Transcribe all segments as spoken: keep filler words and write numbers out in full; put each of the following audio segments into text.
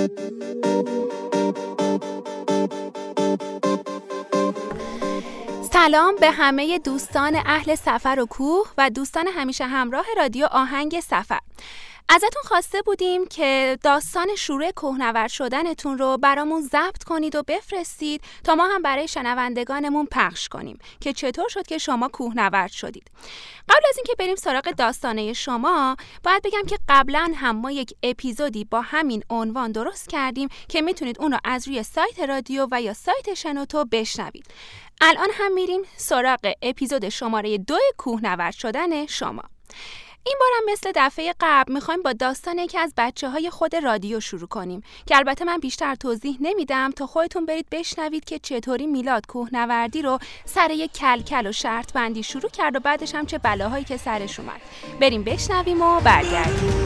سلام به همه دوستان اهل سفر و کوه و دوستان همیشه همراه رادیو آهنگ سفر. ازتون خواسته بودیم که داستان شروع کوهنورد شدنتون رو برامون ضبط کنید و بفرستید تا ما هم برای شنوندگانمون پخش کنیم که چطور شد که شما کوهنورد شدید. قبل از اینکه بریم سراغ داستانه شما، باید بگم که قبلا هم ما یک اپیزودی با همین عنوان درست کردیم که میتونید اون رو از روی سایت رادیو و یا سایت شنوتو بشنوید. الان هم میریم سراغ اپیزود شماره دو کوهنورد شدن شما. این بارم مثل دفعه قبل میخوایم با داستان یکی از بچه های خود رادیو شروع کنیم که البته من بیشتر توضیح نمیدم تا خودتون برید بشنوید که چطوری میلاد کوهنوردی رو سر یک کلکل و شرط بندی شروع کرد و بعدش هم چه بلاهایی که سرش اومد. بریم بشنویم و برگردیم.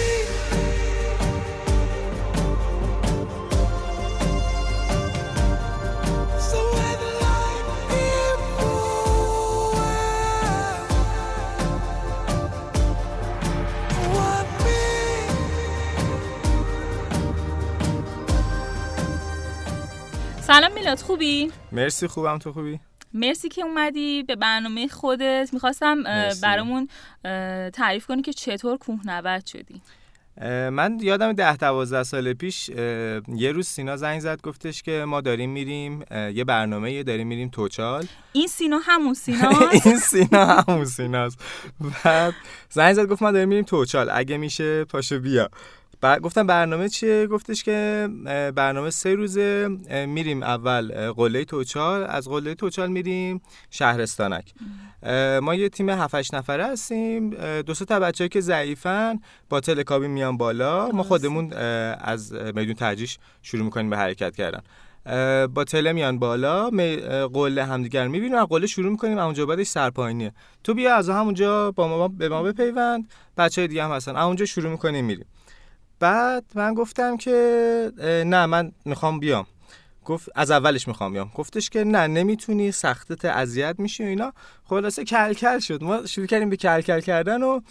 سلام میلاد، خوبی؟ مرسی، خوبم. تو خوبی؟ مرسی که اومدی به برنامه خودت. میخواستم برامون تعریف کنی که چطور کوهنورد شدی. من یادم ده دوازده سال پیش یه روز سینا زنگ زد، گفتش که ما داریم میریم یه برنامه داریم میریم توچال. این سینا همون سیناست؟ این سینا همون سیناست. بعد زنگ زد گفت ما داریم میریم توچال، اگه میشه پاشو بیا. بعد گفتم برنامه چیه؟ گفتش که برنامه سه روزه، میریم اول قله توچال، از قله توچال میریم شهرستانک. ما یه تیم هفت هشت نفره هستیم، دو سه تا بچه‌ای که ضعیفن با تلکابین میان بالا، ما خودمون از میدون ترجیح شروع میکنیم به حرکت کردن. با تله میان بالا، قله همدیگر میبینیم، از قله شروع میکنیم، اونجا بعدش سرپایینیه. تو بیا از همونجا با ما به ما بپیوند، بچهای دیگه هم هستن، اونجا شروع میکنیم میریم. بعد من گفتم که نه من میخوام بیام. گفت از اولش میخوام بیام. گفتش که نه نمیتونی، سختت، اذیت میشی و اینا. خلاصه کلکل شد. ما شروع کردیم به کلکل کردن و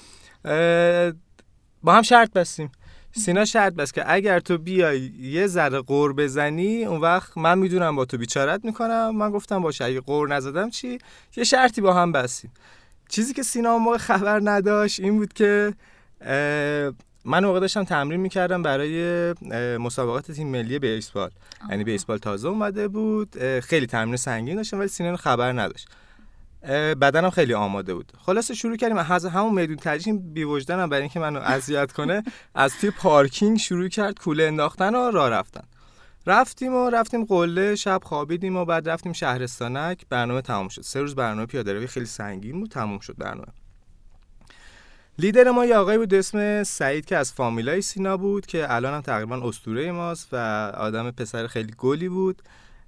با هم شرط بستیم. سینا شرط بست که اگر تو بیای یه ذره قور بزنی اون وقت من میدونم با تو بیچارت میکنم. من گفتم باشه، اگه قور نزدم چی؟ یه شرطی با هم بستیم. چیزی که سینا اون موقع خبر نداشت این بود که من موقع داشتم تمرین میکردم برای مسابقات تیم ملی بیسبال. یعنی بیسبال تازه اومده بود، خیلی تمرین سنگین داشتم ولی سینه خبر نداشت. بدنم خیلی آماده بود. خلاصه شروع کردیم از همون میدون ترجیح بی وجدانم برای اینکه منو اذیت کنه از توی پارکینگ شروع کرد کوله انداختن و راه رفتن. رفتیم و رفتیم قله، شب خوابیدیم و بعد رفتیم شهرستانک. برنامه تمام شد. سه روز برنامه پیاده روی خیلی سنگین بود، تمام شد برنامه. لیدر ما یه آقایی بود اسم سعید که از فامیلای سینا بود که الان هم تقریبا اسطوره ماست و آدم پسر خیلی گلی بود.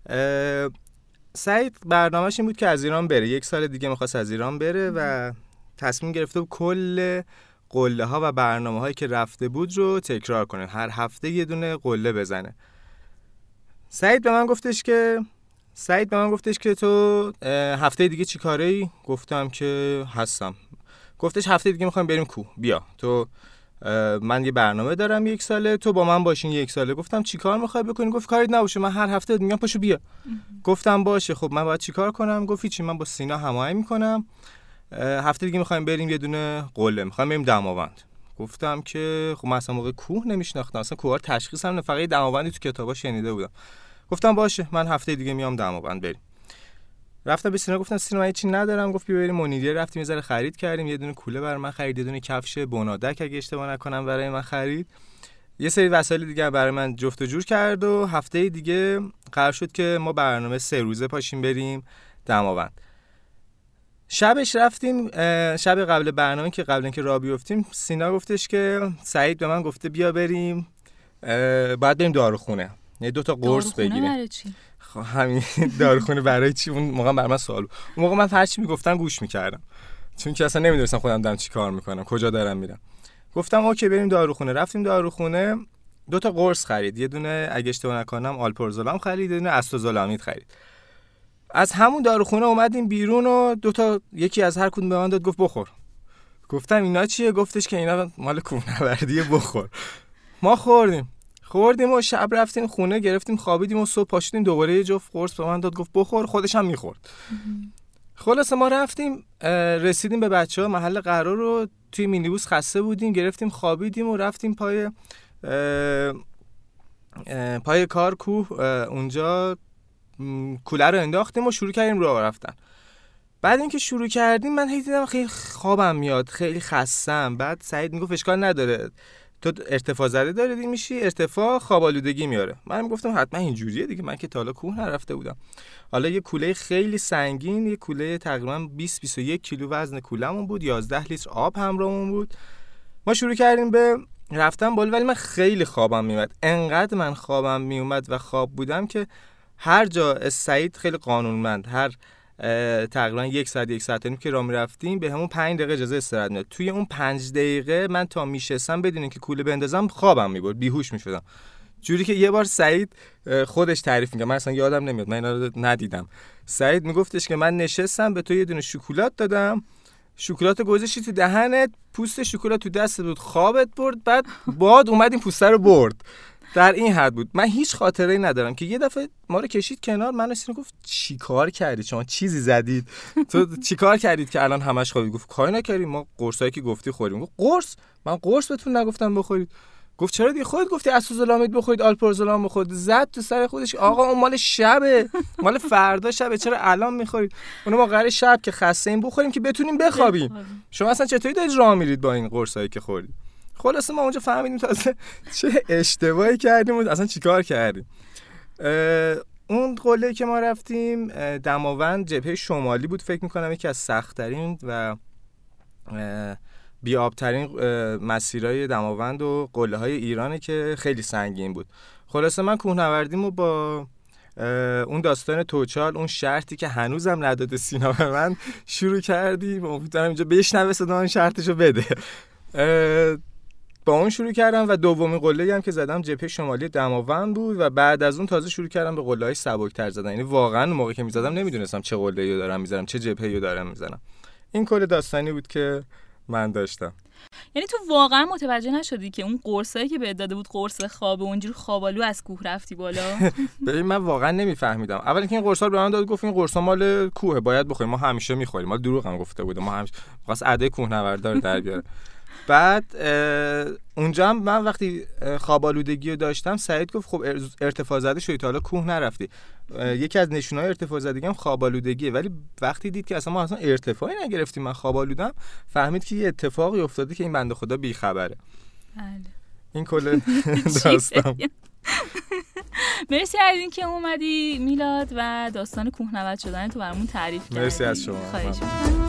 سعید برنامه‌ش این بود که از ایران بره، یک سال دیگه می‌خواست از ایران بره و تصمیم گرفته بود کل قله ها و برنامه هایی که رفته بود رو تکرار کنه، هر هفته یه دونه قله بزنه. سعید به من گفتش که سعید به من گفتش که تو هفته دیگه چی کاری؟ گفتم که هستم. گفتش هفته دیگه میخوایم بریم کوه، بیا تو، من یه برنامه دارم یک ساله، تو با من باشین یک ساله. گفتم چی کار میخوای بکنی؟ گفت کاری نباشه، من هر هفته میگم پاشو بیا. گفتم باشه، خب من باید چی کار کنم؟ گفت چی، من با سینا هماهنگ میکنم، هفته دیگه میخوایم بریم یه دونه قله، میخوایم بریم دماوند. گفتم که خب من اصلا موقع کوه نمیشناختم، اصلا کوه تشخیص هم فقط دماوندی تو کتابا شنیده بودم. گفتم باشه، من هفته دیگه میام دماوند بریم. رفتم به سینا گفتم سینا من چی ندارم. گفت بیا بریم منیریه. رفتیم یه ذره خرید کردیم، یه دونه کوله برای من خرید، یه دونه کفش بنادک اگه اشتباه نکنم برای من خرید، یه سری وسایل دیگه برای من جفت و جور کرد و هفته دیگه قرار شد که ما برنامه سه روزه پاشیم بریم دماوند. شبش رفتیم، شب قبل برنامه که قبل اینکه راه بیفتیم سینا گفتش که سعید به من گفته بیا بریم، بعد بریم داروخونه، یه دو تا قرص بگیریم. داروخونه برای چی؟ خب همین داروخونه برای چی؟ اون موقع برای من سوال بود. اون موقع من هر چی میگفتن گوش میکردم، چون که اصلا نمیدونستم خودم دارم چی کار میکنم، کجا دارم میرم. گفتم اوکی بریم داروخونه. رفتیم داروخونه، دو تا قرص خرید، یه دونه اگه اشتباه نکنم آلپرزولام خرید، یه دونه استوزولامید خرید. از همون داروخونه اومدیم بیرون و دو تا یکی از هر کدوم به من داد، گفت بخور. گفتم اینا چیه؟ گفتش که اینا مال کوهنوردیه، بخور. ما خوردیم. خوردیم و شب رفتیم خونه، گرفتیم خوابیدیم و صبح پاشیدیم دوباره یه جفت قرص به من داد، گفت بخور، خودش هم میخورد. خلاصه ما رفتیم رسیدیم به بچه‌ها محل قرار رو، توی مینیبوس خسته بودیم، گرفتیم خوابیدیم و رفتیم پای پای کار کوه، اونجا کوله رو انداختیم و شروع کردیم راه رفتن. بعد اینکه شروع کردیم من هی دیدم خیلی خوابم میاد، خیلی خستم. بعد سعید میگفت اشکال نداره، تو ارتفاع زده داری میشی، ارتفاع خواب آلودگی میاره. من گفتم حتما اینجوریه دیگه، من که تا حالا کوه نرفته بودم. حالا یه کوله خیلی سنگین، یه کوله تقریبا بیست بیست و یک کیلو وزن کوله‌مون بود، یازده لیتر آب همراهمون بود. ما شروع کردیم به رفتن بالا، ولی من خیلی خوابم میومد. انقدر من خوابم میومد و خواب بودم که هر جا سعید خیلی قانونمند، هر تقریبا یک ساعت یک ساعت نیم که راه میرفتیم به همون پنج دقیقه اجازه استراحت میداد. توی اون پنج دقیقه من تا میشستم بدون اینکه کوله بندازم خوابم میبرد، بیهوش میشدم. جوری که یه بار سعید خودش تعریف میگه، من اصلا یادم نمیاد، من اینا رو ندیدم. سعید میگفتش که من نشستم به تو یه دونه شکلات دادم، شکلات گذاشتی تو دهنت، پوست شکلات تو دستت بود، خوابت برد، بعد باد اومد این پوسته رو برد. در این حد بود. من هیچ خاطره‌ای ندارم که یه دفعه ما رو کشید کنار، من اصلا گفت چی کار کردید شما، چیزی زدید تو، چی کار کردید که الان همش خوابید؟ گفت کاری نکردیم، ما قرصایی که گفتی خوریم. گفت قرص؟ من قرص بهتون نگفتم بخورید. گفت چرا دیگه خودت گفتی اسوزولامید بخورید، آلپرزولام بخورید. زد تو سر خودش، آقا اون مال شبه، مال فردا شبه، چرا الان میخورید؟ اونم ما قراره شب که خسته این بخوریم که بتونیم بخوابیم. شما اصلا چطوری دارید راه میرید با این قرصایی که خوردید؟ خلاصه ما اونجا فهمیدیم تازه چه اشتباهی کردیم و اصلا چیکار کردیم. اون قله که ما رفتیم دماوند جبهه شمالی بود، فکر میکنم یکی از سخت‌ترین و بی‌آب‌ترین مسیرهای دماوند و قله‌های ایرانه که خیلی سنگین بود. خلاصه من کوهنوردیمو با اون داستان توچال، اون شرطی که هنوزم نداده سینا به من، شروع کردیم. امیدوارم اینجا بشنوه صدا من شرطشو بده. با اون شروع کردم و دومین قله‌ای هم که زدم جبهه شمالی دماوند بود و بعد از اون تازه شروع کردم به قله‌های سبک‌تر زدن. یعنی واقعا اون موقع که می‌زدم نمیدونستم چه قله‌ای رو دارم می‌زنم، چه جبهه‌ای رو دارم می‌زنم. این کل داستانی بود که من داشتم. یعنی تو واقعا متوجه نشدی که اون قرصایی که بهت داده بود قرص خوابه، اونجوری خوابالو از کوه رفتی بالا؟ ببین من واقعا نمیفهمیدم. اول اینکه این قرصا رو به من داد، گفت این قرصا مال کوه، باید بخوریم، ما همیشه می‌خوریم. ما دروغ هم گفته بود، ما همیشه خاص عده کوهنوردار در بیاره. بعد اونجا هم من وقتی خواب آلودگی رو داشتم، سعید گفت خب ارتفاع زده شدی تا حالا کوه نرفتی. یکی از نشونه‌های ارتفاع زدگی هم خواب آلودگیه. ولی وقتی دید که اصلا ما اصلا ارتفاعی نگرفتیم، من خواب آلودم، فهمید که یه اتفاقی افتاده که این بنده خدا بی خبره. این کل داستان. مرسی از اینکه اومدی میلاد و داستان کوهنورد شدن تو برامون تعریف کردی. مرسی از شما. خواهش می‌کنم.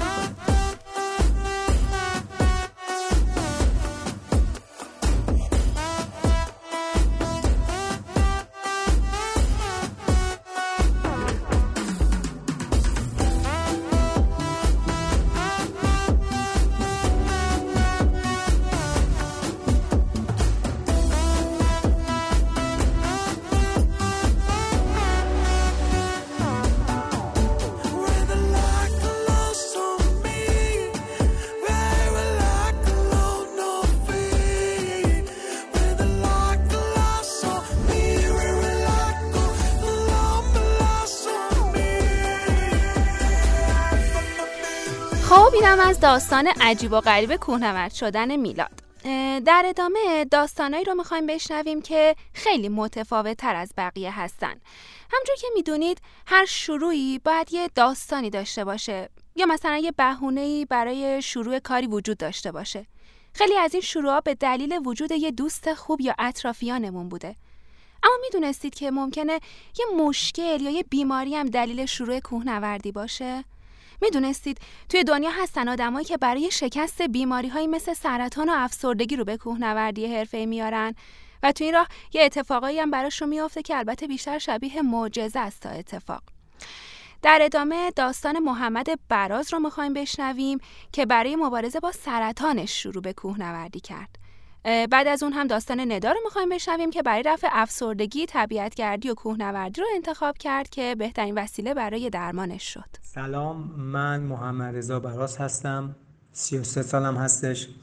اینم از داستان عجیب و غریب کوهنورد شدن میلاد. در ادامه داستانایی رو میخوایم بشنویم که خیلی متفاوت تر از بقیه هستن. همونجور که میدونید هر شروعی باید یه داستانی داشته باشه یا مثلا یه بهونه‌ای برای شروع کاری وجود داشته باشه. خیلی از این شروعا به دلیل وجود یه دوست خوب یا اطرافیانمون بوده. اما میدونستید که ممکنه یه مشکل یا یه بیماری هم دلیل شروع کوهنوردی باشه؟ میدونستید توی دنیا هستن آدمایی که برای شکست بیماری‌هایی مثل سرطان و افسردگی رو به کوهنوردی حرفه‌ای میارن و توی این راه یه اتفاقایی هم براشون میافته که البته بیشتر شبیه معجزه است تا اتفاق. در ادامه داستان محمد براز رو می‌خوایم بشنویم که برای مبارزه با سرطانش شروع به کوهنوردی کرد. بعد از اون هم داستان ندا رو می‌خوایم بشنویم که برای رفع افسردگی، طبیعت‌گردی و کوهنوردی رو انتخاب کرد که بهترین وسیله برای درمانش شد. سلام، من محمد رضا براز هستم. سی و سه سالم هستش.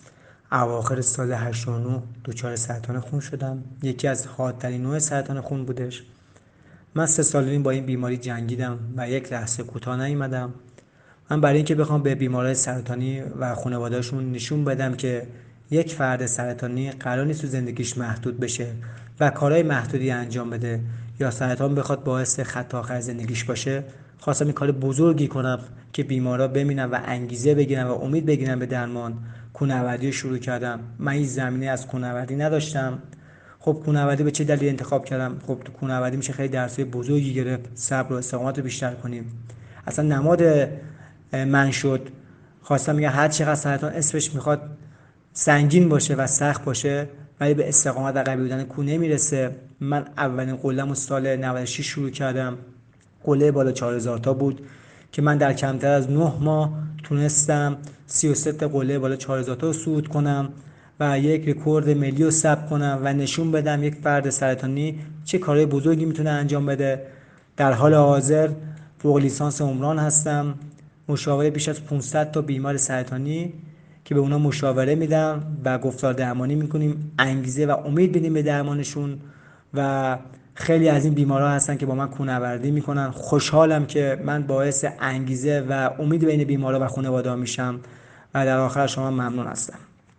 اواخر سال هشتاد و نه دچار سرطان خون شدم. یکی از حادترین نوع سرطان خون بودش. من سه سال و نیم با این بیماری جنگیدم و یک لحظه کوتاه نیومدم. من برای اینکه بخوام به بیمارای سرطانی و خانواده‌شون نشون بدم که یک فرد سرطانی قرار نیست تو زندگیش محدود بشه و کارهای محدودی انجام بده یا سرطان بخواد باعث خط آخر زندگیش باشه، خواستم این کار بزرگی کنم که بیمارا ببینن و انگیزه بگیرن و امید بگیرن به درمان. کوهنوردی شروع کردم. من این زمینه از کوهنوردی نداشتم. خب کوهنوردی به چه دلیل انتخاب کردم؟ خب تو کوهنوردی میشه خیلی درسای بزرگی گرفت، صبر و استقامت رو بیشتر کنیم. اصلا نماد من شد. خواستم میگم هر چقدر سرطان اسمش میخواد سنگین باشه و سخت باشه ولی به استقامت و قوی بودن کوه نمیرسه. من اولین قله‌مو سال نود و شش شروع کردم. قله بالا چهار هزار تا بود که من در کمتر از نه ماه تونستم سی و سه تا قله بالا چهار هزار تا رو صعود کنم و یک رکورد ملی رو ثبت کنم و نشون بدم یک فرد سرطانی چه کارهای بزرگی میتونه انجام بده. در حال حاضر فوق لیسانس عمران هستم، مشاوره بیش از پانصد تا بیمار سرطانی که به اونا مشاوره میدم و گفتار درمانی میکنیم، انگیزه و امید بدیم به درمانشون. و خیلی از این بیمارا هستن که با من کوهنوردی میکنن. خوشحالم که من باعث انگیزه و امید بین بیمارا و خانواده‌ها میشم و در آخر شما ممنون هستم.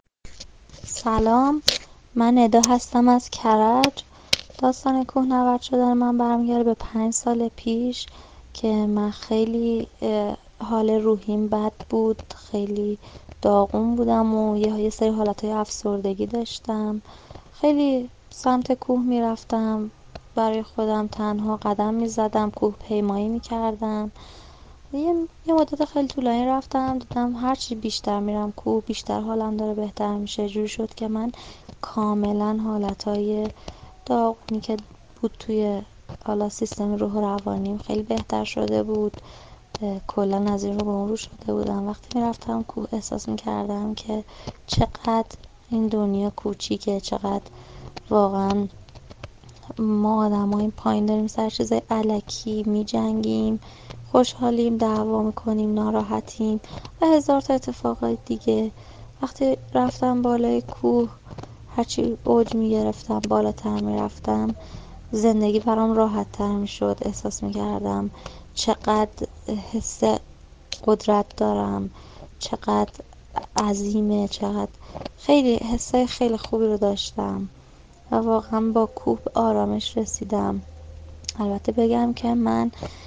سلام، من ندا هستم از کرج. داستان کوهنورد شدن من برمیگرده به پنج سال پیش که من خیلی حال روحیم بد بود، خیلی داغون بودم و یه سری حالتهای افسردگی داشتم. خیلی سمت کوه میرفتم، برای خودم تنها قدم میزدم، کوه پیمایی میکردم. یه, یه مدت خیلی طولانی رفتم، دیدم هرچی بیشتر میرم کوه بیشتر حالم داره بهتر میشه. جوری شد که من کاملا حالتهای داغونی که بود توی حالا سیستم روح و روانیم خیلی بهتر شده بود. کلا از این رو به اون رو شده بودم. وقتی میرفتم کوه احساس میکردم که چقدر این دنیا کوچیکه، چقدر واقعا ما آدم ها این پایین داریم سر چیزای الکی می جنگیم، خوشحالیم، دعوا میکنیم، ناراحتیم و هزار تا اتفاقات دیگه. وقتی رفتم بالای کوه هرچی اوج می گرفتم بالاتر می رفتم زندگی برام راحت تر می شد. احساس می کردم چقدر حس قدرت دارم، چقدر عظیمه، چقدر خیلی حسای خیلی خوبی رو داشتم و واقعا با کوه آرامش رسیدم. البته بگم که من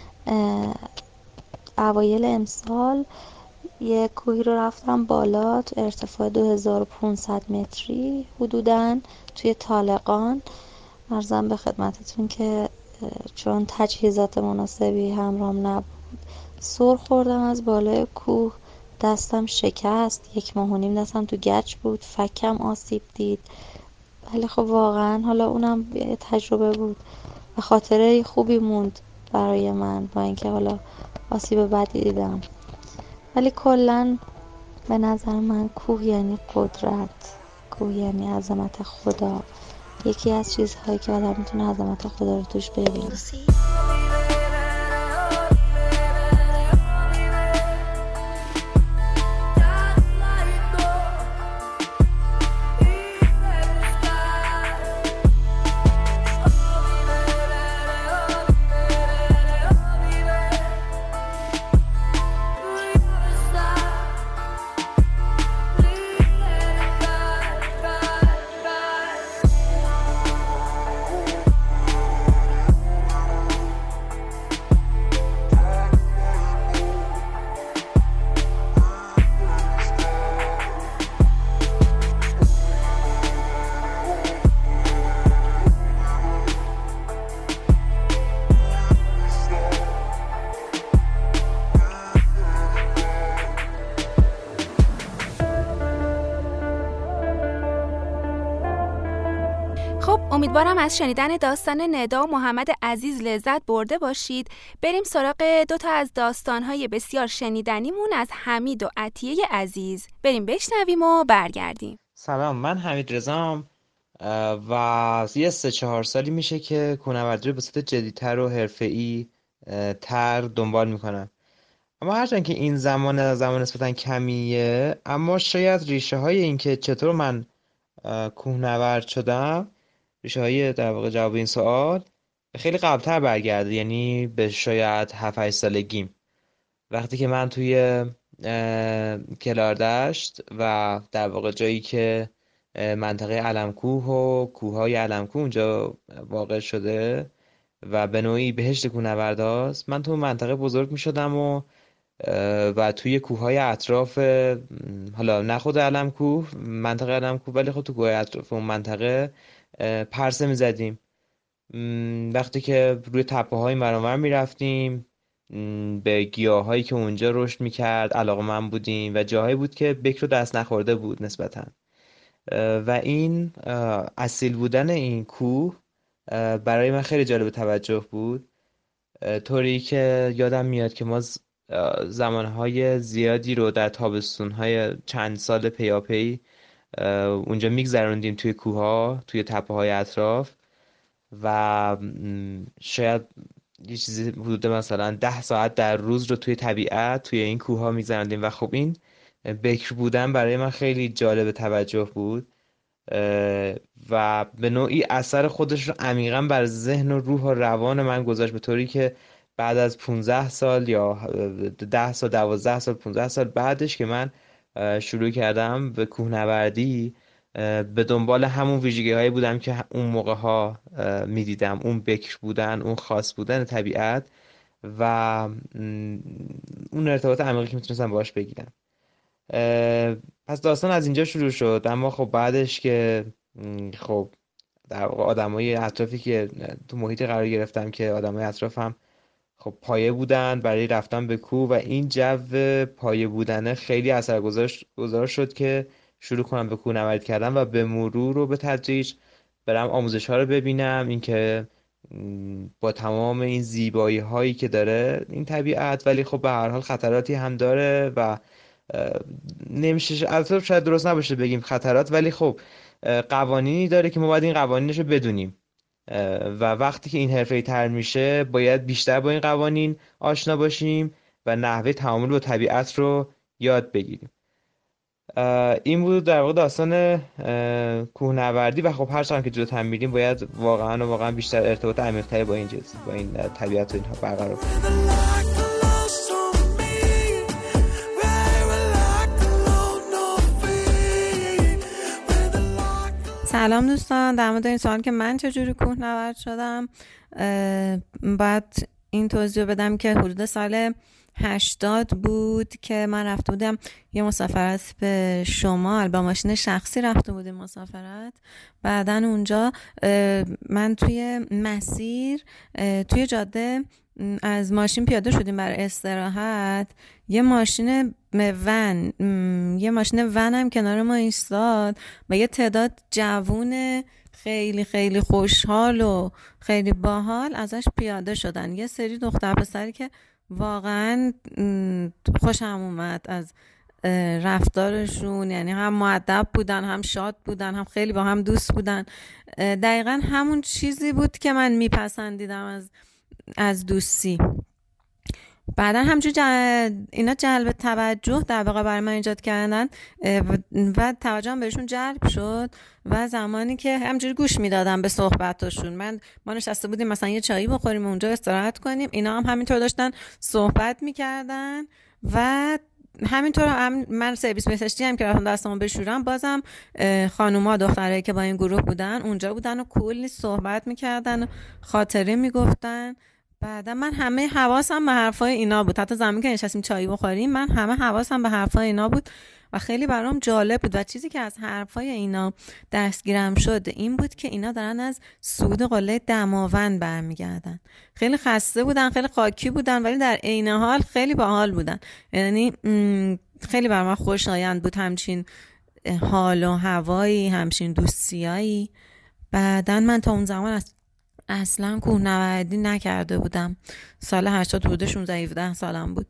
اوایل امسال یه کوهی رو رفتم بالا تو ارتفاع دو هزار و پانصد متری حدوداً توی طالقان. عرضم به خدمتتون که چون تجهیزات مناسبی همراهم نبود سر خوردم از بالای کوه، دستم شکست، یک ماه و نیم دستم تو گچ بود، فکم آسیب دید. ولی خب واقعا حالا اونم تجربه بود و خاطره خوبی موند برای من با اینکه حالا آسیب بدی دیدم. ولی کلن به نظر من کوه یعنی قدرت، کوه یعنی عظمت خدا، یکی از چیزهایی که آدم میتونه عظمت خدا رو توش ببینه. امیدوارم از شنیدن داستان ندا و محمد عزیز لذت برده باشید. بریم سراغ دو تا از داستان‌های بسیار شنیدنیمون از حمید و عطیه عزیز. بریم بشنویم و برگردیم. سلام، من حمید رضام و یه سه چهار سالی میشه که کوهنوردی رو به صورت جدی‌تر و حرفه‌ای تر دنبال میکنم. اما هرچند که این زمان زمان نسبتا کمیه، اما شاید ریشه های این که چطور من کوهنورد شدم، ریشه های در واقع جواب این سوال خیلی قبلتر برگرده، یعنی به شاید هفت هشت سالگیم، وقتی که من توی کلاردشت و در واقع جایی که منطقه علمکوه و کوههای علمکوه اونجا واقع شده و به نوعی بهشت کوهنورداست، من تو منطقه بزرگ می شدم و و توی کوههای اطراف، حالا نه خود علمکوه، منطقه علمکوه، ولی خود تو کوههای اطراف اون منطقه پرسه می زدیم. وقتی که روی تپه های مرانور می رفتیم، به گیاه هایی که اونجا رشد می کرد علاقه‌مند بودیم و جاهایی بود که بکر رو دست نخورده بود نسبتاً. و این اصیل بودن این کوه برای من خیلی جالب توجه بود، طوری که یادم میاد که ما زمانهای زیادی رو در تابستونهای چند سال پیاپی اونجا میگذروندیم توی کوه‌ها، توی تپه‌های اطراف و شاید یه چیزی حدود مثلا ده ساعت در روز رو توی طبیعت توی این کوه‌ها میگذروندیم و خب این بکر بودن برای من خیلی جالب توجه بود و به نوعی اثر خودش رو عمیقاً بر ذهن و روح و روان من گذاشت، به طوری که بعد از پانزده سال یا ده سال دوازده سال پانزده سال بعدش که من شروع کردم به کوهنوردی، به دنبال همون ویژگی هایی بودم که اون موقع ها می دیدم، اون بکر بودن، اون خاص بودن طبیعت و اون ارتباط عمیقی که میتونستم باهاش بگیرم. پس داستان از اینجا شروع شد، اما خب بعدش که خب در واقع آدمای اطرافی که تو محیط قرار گرفتم که آدمای اطرافم خب پایه بودن برای رفتن به کوه و این جو پایه بودنه خیلی اثرگذار شد که شروع کنم به کوهنوردی کردن و به مرور و به تدریج برم آموزش ها رو ببینم، اینکه با تمام این زیبایی هایی که داره این طبیعت، ولی خب به هر حال خطراتی هم داره و نمیشه، البته شاید درست نباشه بگیم خطرات، ولی خب قوانینی داره که ما باید این قوانینش رو بدونیم و وقتی که این حرفه‌ای تر میشه باید بیشتر با این قوانین آشنا باشیم و نحوه تعامل با طبیعت رو یاد بگیریم. این بود در واقع داستان کوهنوردی و خب هر چقدر که جلوتر میریم باید واقعا و واقعا بیشتر ارتباط عمیق‌تری با این جنس با این طبیعت و اینها برقرار کنیم. سلام دوستان، در مورد این سوال که من چجوری کوهنورد شدم باید این توضیح بدم که حدود سال هشتاد بود که من رفته بودم یه مسافرت به شمال، با ماشین شخصی رفته بودیم مسافرت. بعدن اونجا من توی مسیر توی جاده از ماشین پیاده شدیم برای استراحت. یه ماشین ون یه ماشین ون هم کنار ما ایستاد و یه تعداد جوون خیلی خیلی خوشحال و خیلی باحال ازش پیاده شدن. یه سری دختر پسری که واقعا خوشم اومد از رفتارشون، یعنی هم مؤدب بودن، هم شاد بودن، هم خیلی با هم دوست بودن. دقیقا همون چیزی بود که من میپسندیدم از از دوستی. بعدا همچون جل... اینا جلب توجه در واقع برای من ایجاد کردن و توجهم بهشون جلب شد و زمانی که همجوری گوش میدادم به صحبتاشون، من ما نشسته بودیم مثلا یه چایی بخوریم اونجا استراحت کنیم، اینا هم همینطور داشتن صحبت میکردن و همینطور هم من سرویس بهداشتی هم که رفتم دستمو بشورم، بازم خانوما دخترایی که با این گروه بودن اونجا بودن و کلی صحبت میکردن و خاطره میگفتن. بعدا من همه حواسم به حرفای اینا بود، حتی زمانی که نشستیم چایی بخوریم من همه حواسم به حرفای اینا بود و خیلی برام جالب بود. و چیزی که از حرفای اینا دستگیرم شد این بود که اینا دارن از صعود قله دماوند برمیگردن. خیلی خسته بودن، خیلی خاکی بودن، ولی در عین حال خیلی باحال بودن. یعنی خیلی برام من خوشایند بود همچین حال و هوایی، همچین دوستیایی. بعدن من تا اون زمان از اصلا کوهنوردی نکرده بودم. سال هشتاد حدود شانزده هفده سالم بود.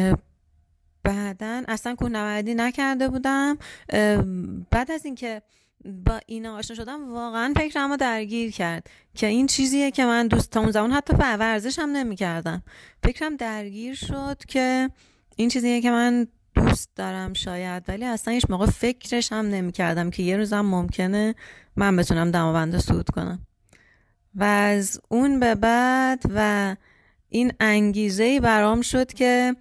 بعدن اصلا کوهنوردی نکرده بودم. بعد از اینکه با این آشنا شدم واقعا فکرمو درگیر کرد که این چیزیه که من دوست تا اون زمان حتی ورزش هم نمی کردم. فکرم درگیر شد که این چیزیه که من دوست دارم شاید، ولی اصلا هیچ موقع فکرش هم نمی کردم که یه روزم ممکنه من بتونم دماوند رو صعود کنم. و از اون به بعد و این انگیزه‌ای برام شد که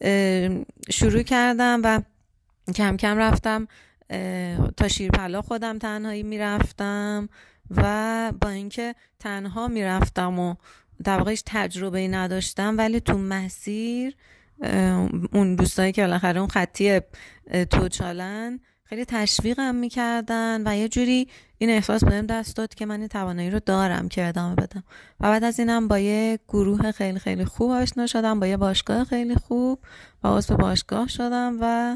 شروع کردم و کم کم رفتم تا شیرپلا خودم تنهایی میرفتم و با اینکه تنها میرفتم و در واقع هیچ تجربه‌ای نداشتم، ولی تو مسیر اون دوستایی که بالاخره اون خطی توچالن خیلی تشویقم میکردن و یه جوری این احساس بهم دست داد که من این توانایی رو دارم که ادامه بدم. و بعد از اینم با یه گروه خیلی خیلی خوب آشنا شدم، با یه باشگاه خیلی خوب و عضو باشگاه شدم و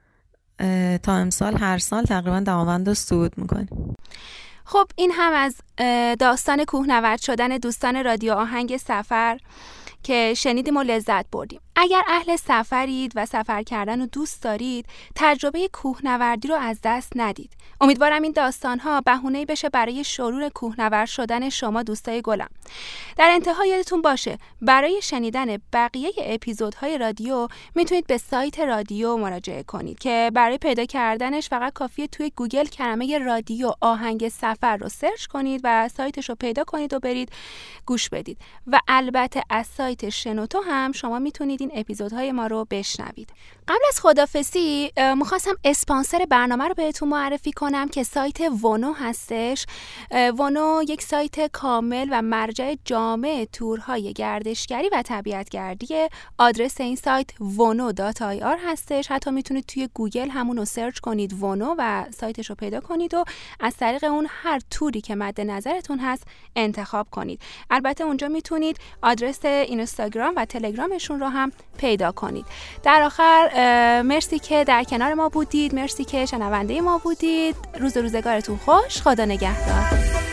تا امسال هر سال تقریبا دماوند رو صعود میکنیم. خب این هم از داستان کوهنورد شدن دوستان رادیو آهنگ سفر که شنیدیم و لذت بردیم. اگر اهل سفرید و سفر کردن رو دوست دارید، تجربه کوهنوردی رو از دست ندید. امیدوارم این داستان‌ها بهونه‌ای بشه برای شروع کوهنورد شدن شما دوستای گلم. در انتها یادتون باشه برای شنیدن بقیه اپیزودهای رادیو میتونید به سایت رادیو مراجعه کنید که برای پیدا کردنش فقط کافیه توی گوگل کلمه رادیو آهنگ سفر رو سرچ کنید و سایتش رو پیدا کنید و برید گوش بدید. و البته از سایت شنوتو هم شما میتونید این اپیزودهای ما رو بشنوید. قبل از خدافظی میخواستم اسپانسر برنامه رو بهتون معرفی کنم که سایت ونو هستش. ونو یک سایت کامل و مرجع جامع تورهای گردشگری و طبیعتگردیه. آدرس این سایت ونو دات آی آر هستش. حتی میتونید توی گوگل همون رو سرچ کنید ونو و سایتش رو پیدا کنید و از طریق اون هر توری که مد نظرتون هست انتخاب کنید. البته اونجا میتونید آدرس اینستاگرام و تلگرامشون رو هم پیدا کنید. در آخر مرسی که در کنار ما بودید، مرسی که شنونده ما بودید. روز و روزگارتون خوش. خدا نگهدار.